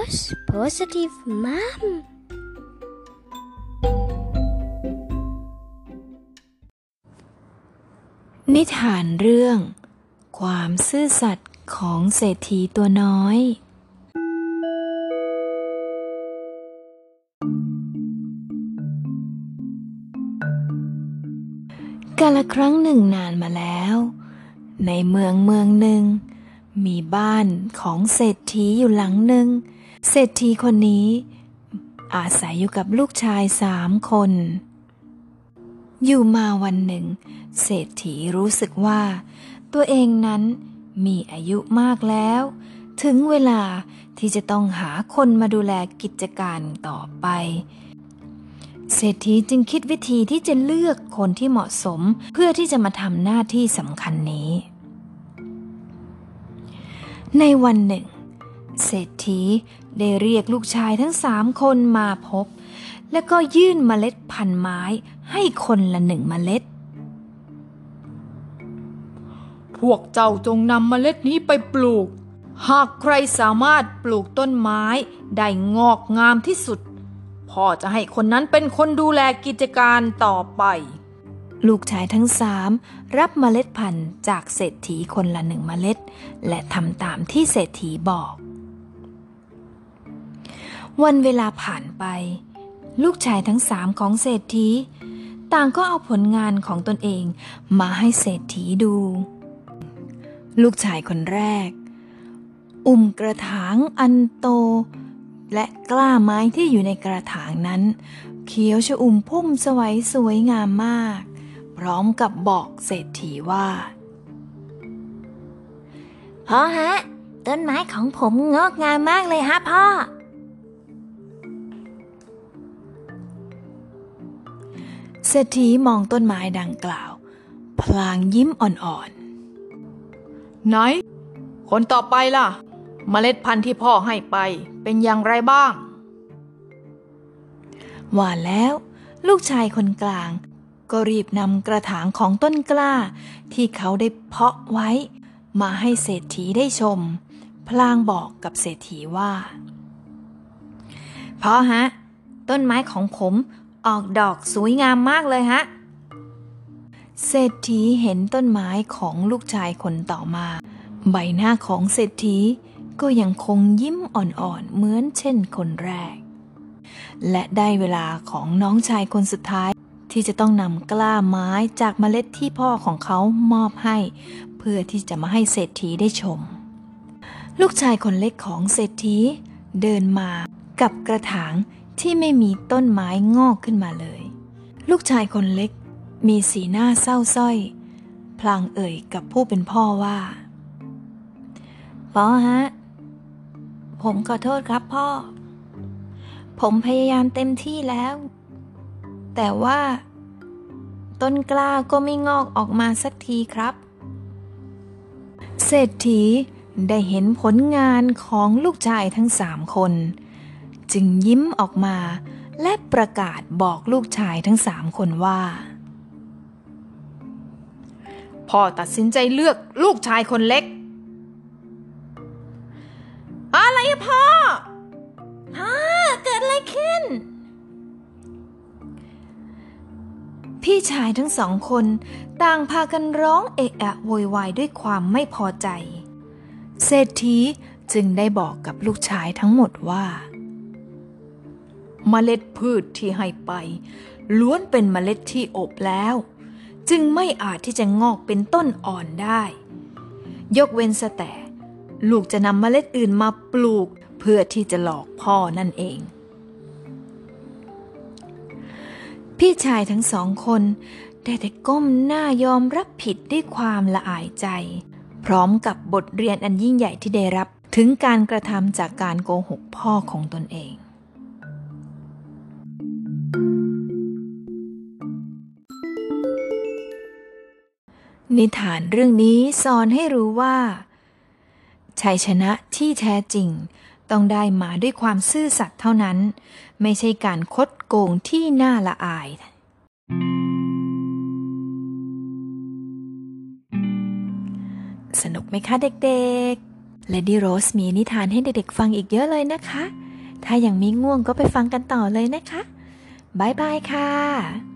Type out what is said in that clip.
Boss Positive Mom นิทานเรื่องความซื่อสัตย์ของเศรษฐีตัวน้อยกาลครั้งหนึ่งนานมาแล้วในเมืองหนึ่งมีบ้านของเศรษฐีอยู่หลังหนึ่งเศรษฐีคนนี้อาศัยอยู่กับลูกชาย3 คนอยู่มาวันหนึ่งเศรษฐีรู้สึกว่าตัวเองนั้นมีอายุมากแล้วถึงเวลาที่จะต้องหาคนมาดูแลกิจการต่อไปเศรษฐีจึงคิดวิธีที่จะเลือกคนที่เหมาะสมเพื่อที่จะมาทำหน้าที่สำคัญนี้ในวันหนึ่งเศรษฐีได้เรียกลูกชายทั้ง3 คนมาพบแล้วก็ยื่นเมล็ดพันธุ์ไม้ให้คนละ1 เมล็ดพวกเจ้าจงนำเมล็ดนี้ไปปลูกหากใครสามารถปลูกต้นไม้ได้งอกงามที่สุดพ่อจะให้คนนั้นเป็นคนดูแลกิจการต่อไปลูกชายทั้ง3รับเมล็ดพันธุ์จากเศรษฐีคนละ1 เมล็ดและทำตามที่เศรษฐีบอกวันเวลาผ่านไปลูกชายทั้ง3ของเศรษฐีต่างก็เอาผลงานของตนเองมาให้เศรษฐีดูลูกชายคนแรกกระถางอันโตและกล้าไม้ที่อยู่ในกระถางนั้นเขียวชอุ่มพุ่มสวยงามมากพร้อมกับบอกเศรษฐีว่าพ่อฮะต้นไม้ของผมงอกงามมากเลยฮะพ่อเศรษฐีมองต้นไม้ดังกล่าวพลางยิ้มอ่อนๆไหนคนต่อไปล่ะเมล็ดพันธุ์ที่พ่อให้ไปเป็นอย่างไรบ้างว่าแล้วลูกชายคนกลางก็รีบนำกระถางของต้นกล้าที่เขาได้เพาะไว้มาให้เศรษฐีได้ชมพลางบอกกับเศรษฐีว่าพ่อฮะต้นไม้ของผมออกดอกสวยงามมากเลยฮะเศรษฐีเห็นต้นไม้ของลูกชายคนต่อมาใบหน้าของเศรษฐีก็ยังคงยิ้มอ่อนๆเหมือนเช่นคนแรกและได้เวลาของน้องชายคนสุดท้ายที่จะต้องนำกล้าไม้จากเมล็ดที่พ่อของเขามอบให้เพื่อที่จะมาให้เศรษฐีได้ชมลูกชายคนเล็กของเศรษฐีเดินมากับกระถางที่ไม่มีต้นไม้งอกขึ้นมาเลยลูกชายคนเล็กมีสีหน้าเศร้าส้อยพลางเอ่ยกับผู้เป็นพ่อว่าพ่อฮะผมขอโทษครับพ่อผมพยายามเต็มที่แล้วแต่ว่าต้นกล้าก็ไม่งอกออกมาสักทีครับเศรษฐีได้เห็นผลงานของลูกชายทั้ง3 คนจึงยิ้มออกมาและประกาศบอกลูกชายทั้ง3 คนว่าพ่อตัดสินใจเลือกลูกชายคนเล็กอะไรพ่อเกิดอะไรขึ้นพี่ชายทั้ง2 คนต่างพากันร้องเอะอะโวยวายด้วยความไม่พอใจเศรษฐีจึงได้บอกกับลูกชายทั้งหมดว่าเมล็ดพืชที่ให้ไปล้วนเป็นเมล็ดที่อบแล้วจึงไม่อาจที่จะงอกเป็นต้นอ่อนได้ยกเว้นแต่ลูกจะนำเมล็ดอื่นมาปลูกเพื่อที่จะหลอกพ่อนั่นเองพี่ชายทั้ง2 คนได้แต่ก้มหน้ายอมรับผิดด้วยความละอายใจพร้อมกับบทเรียนอันยิ่งใหญ่ที่ได้รับถึงการกระทำจากการโกหกพ่อของตนเองนิทานเรื่องนี้สอนให้รู้ว่าชัยชนะที่แท้จริงต้องได้มาด้วยความซื่อสัตย์เท่านั้นไม่ใช่การคดโกงที่น่าละอายสนุกไหมคะเด็กๆ Lady Rose มีนิทานให้เด็กๆฟังอีกเยอะเลยนะคะ ถ้ายังไม่ง่วงก็ไปฟังกันต่อเลยนะคะ บ๊ายบายค่ะ